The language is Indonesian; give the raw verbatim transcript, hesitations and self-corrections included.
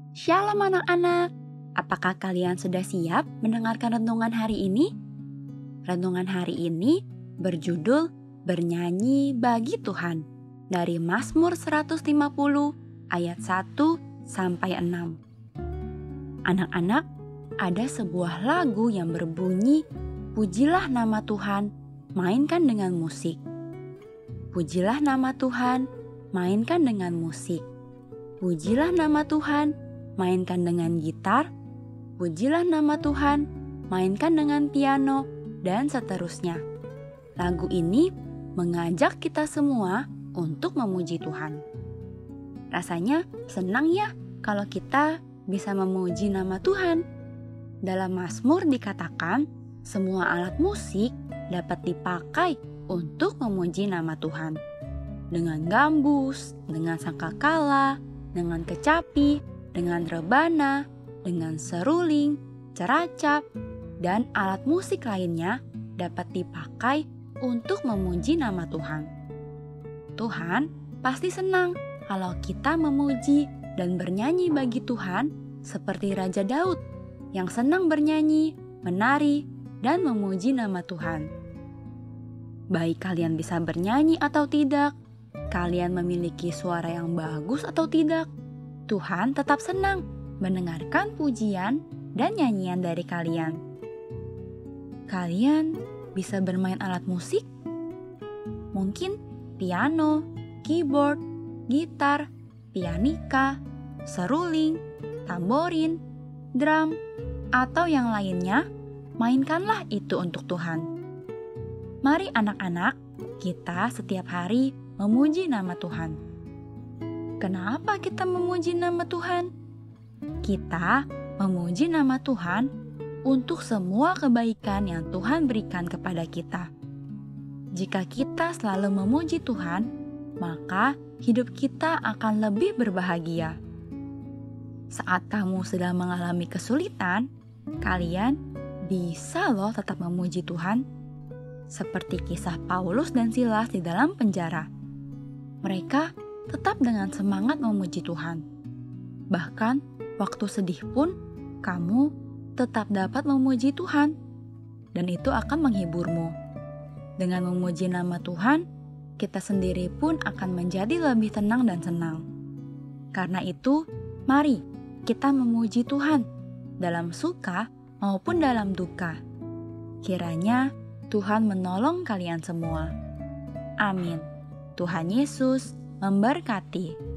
Shalom anak-anak, apakah kalian sudah siap mendengarkan renungan hari ini? Renungan hari ini berjudul Bernyanyi Bagi Tuhan dari Mazmur seratus lima puluh ayat satu sampai enam. Anak-anak, ada sebuah lagu yang berbunyi, "Pujilah nama Tuhan, mainkan dengan musik." Pujilah nama Tuhan, mainkan dengan musik. Pujilah nama Tuhan, mainkan dengan gitar. Pujilah nama Tuhan, mainkan dengan piano, dan seterusnya. Lagu ini mengajak kita semua untuk memuji Tuhan. Rasanya senang ya kalau kita bisa memuji nama Tuhan. Dalam Mazmur dikatakan, semua alat musik dapat dipakai untuk memuji nama Tuhan. Dengan gambus, dengan sangkakala, dengan kecapi, dengan rebana, dengan seruling, ceracap, dan alat musik lainnya dapat dipakai untuk memuji nama Tuhan. Tuhan pasti senang kalau kita memuji dan bernyanyi bagi Tuhan seperti Raja Daud yang senang bernyanyi, menari, dan memuji nama Tuhan. Baik kalian bisa bernyanyi atau tidak, kalian memiliki suara yang bagus atau tidak, Tuhan tetap senang mendengarkan pujian dan nyanyian dari kalian. Kalian bisa bermain alat musik? Mungkin piano, keyboard, gitar, pianika, seruling, tamborin, drum, atau yang lainnya. Mainkanlah itu untuk Tuhan. Mari anak-anak, kita setiap hari memuji nama Tuhan. Kenapa kita memuji nama Tuhan? Kita memuji nama Tuhan untuk semua kebaikan yang Tuhan berikan kepada kita. Jika kita selalu memuji Tuhan, maka hidup kita akan lebih berbahagia. Saat kamu sedang mengalami kesulitan, kalian bisa loh tetap memuji Tuhan. Seperti kisah Paulus dan Silas di dalam penjara. Mereka tetap dengan semangat memuji Tuhan. Bahkan waktu sedih pun kamu tetap dapat memuji Tuhan. Dan itu akan menghiburmu. Dengan memuji nama Tuhan, kita sendiri pun akan menjadi lebih tenang dan senang. Karena itu, mari kita memuji Tuhan dalam suka maupun dalam duka. Kiranya Tuhan menolong kalian semua. Amin. Tuhan Yesus memberkati.